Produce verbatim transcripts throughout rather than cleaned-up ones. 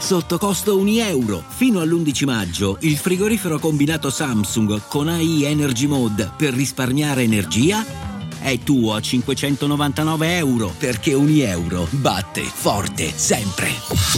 sotto costo un euro. Fino all'undici maggio il frigorifero combinato Samsung con A I Energy Mode per risparmiare energia è tuo a cinquecentonovantanove euro, perché un euro batte forte sempre.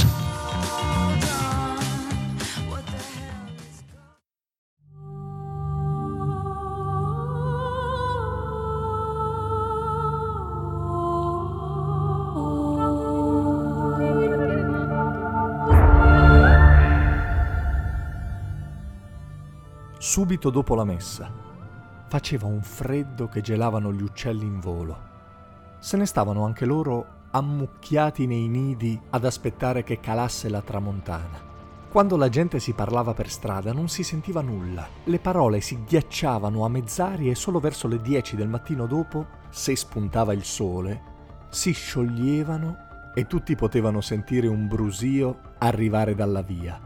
Subito dopo la messa faceva un freddo che gelavano gli uccelli in volo. Se ne stavano anche loro ammucchiati nei nidi ad aspettare che calasse la tramontana. Quando la gente si parlava per strada non si sentiva nulla. Le parole si ghiacciavano a mezz'aria e solo verso le dieci del mattino dopo, se spuntava il sole, si scioglievano e tutti potevano sentire un brusio arrivare dalla via.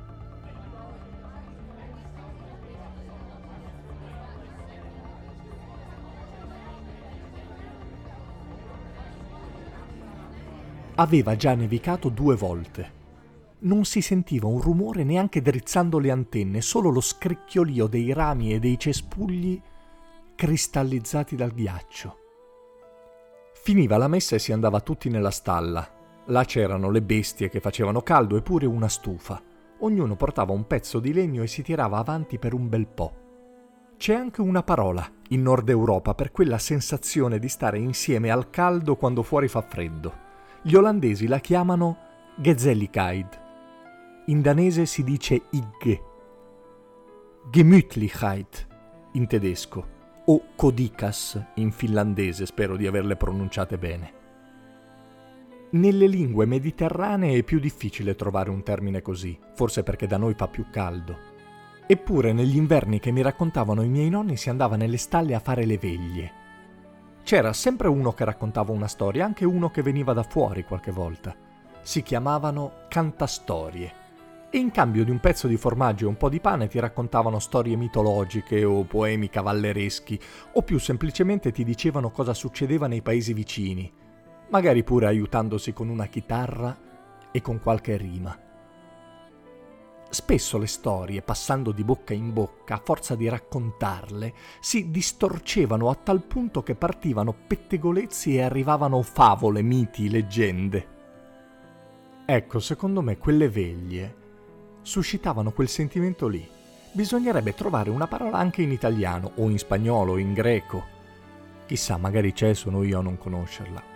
Aveva già nevicato due volte. Non si sentiva un rumore neanche drizzando le antenne, solo lo scricchiolio dei rami e dei cespugli cristallizzati dal ghiaccio. Finiva la messa e si andava tutti nella stalla. Là c'erano le bestie che facevano caldo e pure una stufa. Ognuno portava un pezzo di legno e si tirava avanti per un bel po'. C'è anche una parola in Nord Europa per quella sensazione di stare insieme al caldo quando fuori fa freddo. Gli olandesi la chiamano Gezelligkeit. In danese si dice Hygge. Gemütlichkeit in tedesco o Kodikas in finlandese, spero di averle pronunciate bene. Nelle lingue mediterranee è più difficile trovare un termine così, forse perché da noi fa più caldo. Eppure negli inverni che mi raccontavano i miei nonni si andava nelle stalle a fare le veglie. C'era sempre uno che raccontava una storia, anche uno che veniva da fuori qualche volta. Si chiamavano cantastorie e in cambio di un pezzo di formaggio e un po' di pane ti raccontavano storie mitologiche o poemi cavallereschi o più semplicemente ti dicevano cosa succedeva nei paesi vicini, magari pure aiutandosi con una chitarra e con qualche rima. Spesso le storie, passando di bocca in bocca, a forza di raccontarle, si distorcevano a tal punto che partivano pettegolezzi e arrivavano favole, miti, leggende. Ecco, secondo me quelle veglie suscitavano quel sentimento lì. Bisognerebbe trovare una parola anche in italiano, o in spagnolo, o in greco. Chissà, magari c'è, sono io a non conoscerla.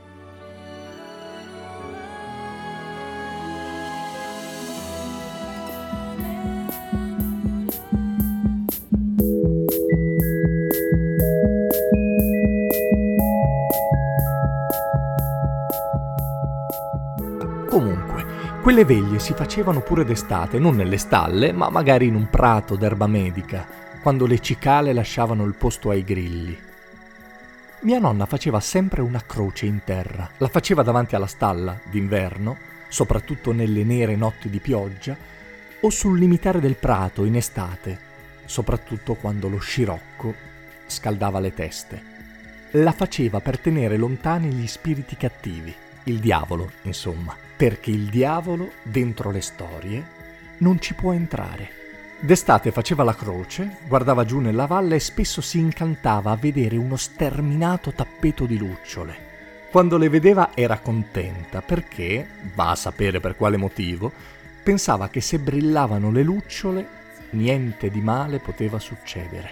Comunque, quelle veglie si facevano pure d'estate, non nelle stalle, ma magari in un prato d'erba medica, quando le cicale lasciavano il posto ai grilli. Mia nonna faceva sempre una croce in terra, la faceva davanti alla stalla, d'inverno, soprattutto nelle nere notti di pioggia, o sul limitare del prato in estate, soprattutto quando lo scirocco scaldava le teste. La faceva per tenere lontani gli spiriti cattivi, il diavolo, insomma, perché il diavolo, dentro le storie, non ci può entrare. D'estate faceva la croce, guardava giù nella valle e spesso si incantava a vedere uno sterminato tappeto di lucciole. Quando le vedeva era contenta perché, va a sapere per quale motivo, pensava che se brillavano le lucciole niente di male poteva succedere.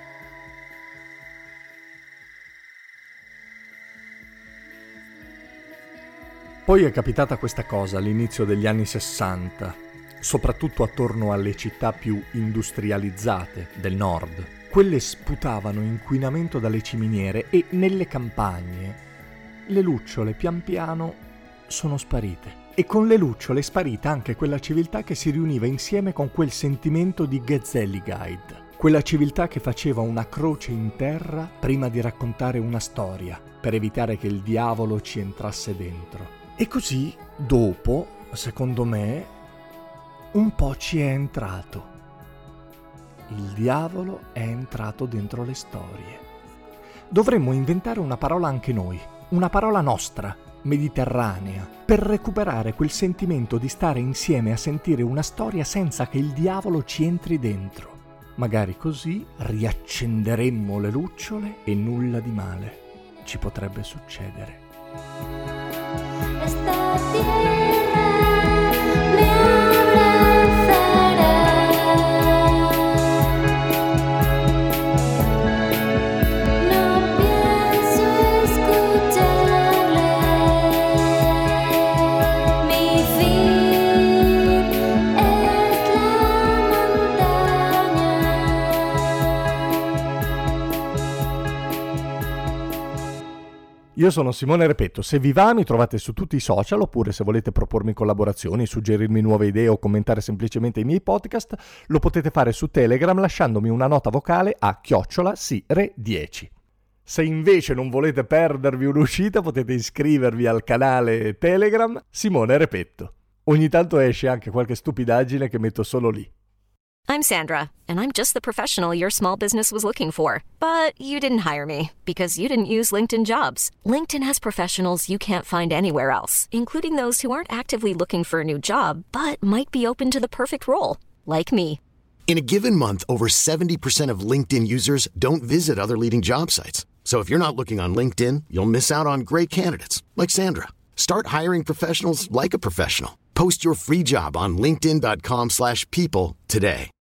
Poi è capitata questa cosa all'inizio degli anni sessanta, soprattutto attorno alle città più industrializzate del nord. Quelle sputavano inquinamento dalle ciminiere e nelle campagne le lucciole pian piano sono sparite. E con le lucciole è sparita anche quella civiltà che si riuniva insieme con quel sentimento di Gezelligkeit, quella civiltà che faceva una croce in terra prima di raccontare una storia, per evitare che il diavolo ci entrasse dentro. E così, dopo, secondo me, un po' ci è entrato. Il diavolo è entrato dentro le storie. Dovremmo inventare una parola anche noi, una parola nostra, mediterranea, per recuperare quel sentimento di stare insieme a sentire una storia senza che il diavolo ci entri dentro. Magari così riaccenderemmo le lucciole e nulla di male ci potrebbe succedere. Esta tierra me abrazará. No pienso escucharle. Mi fin es la montaña. Io sono Simone Repetto, se vi va mi trovate su tutti i social, oppure se volete propormi collaborazioni, suggerirmi nuove idee o commentare semplicemente i miei podcast, lo potete fare su Telegram lasciandomi una nota vocale a chiocciola sire dieci. Se invece non volete perdervi un'uscita potete iscrivervi al canale Telegram Simone Repetto. Ogni tanto esce anche qualche stupidaggine che metto solo lì. I'm Sandra, and I'm just the professional your small business was looking for. But you didn't hire me because you didn't use LinkedIn Jobs. LinkedIn has professionals you can't find anywhere else, including those who aren't actively looking for a new job, but might be open to the perfect role, like me. In a given month, over seventy percent of LinkedIn users don't visit other leading job sites. So if you're not looking on LinkedIn, you'll miss out on great candidates like Sandra. Start hiring professionals like a professional. Post your free job on linkedin dot com slash people today.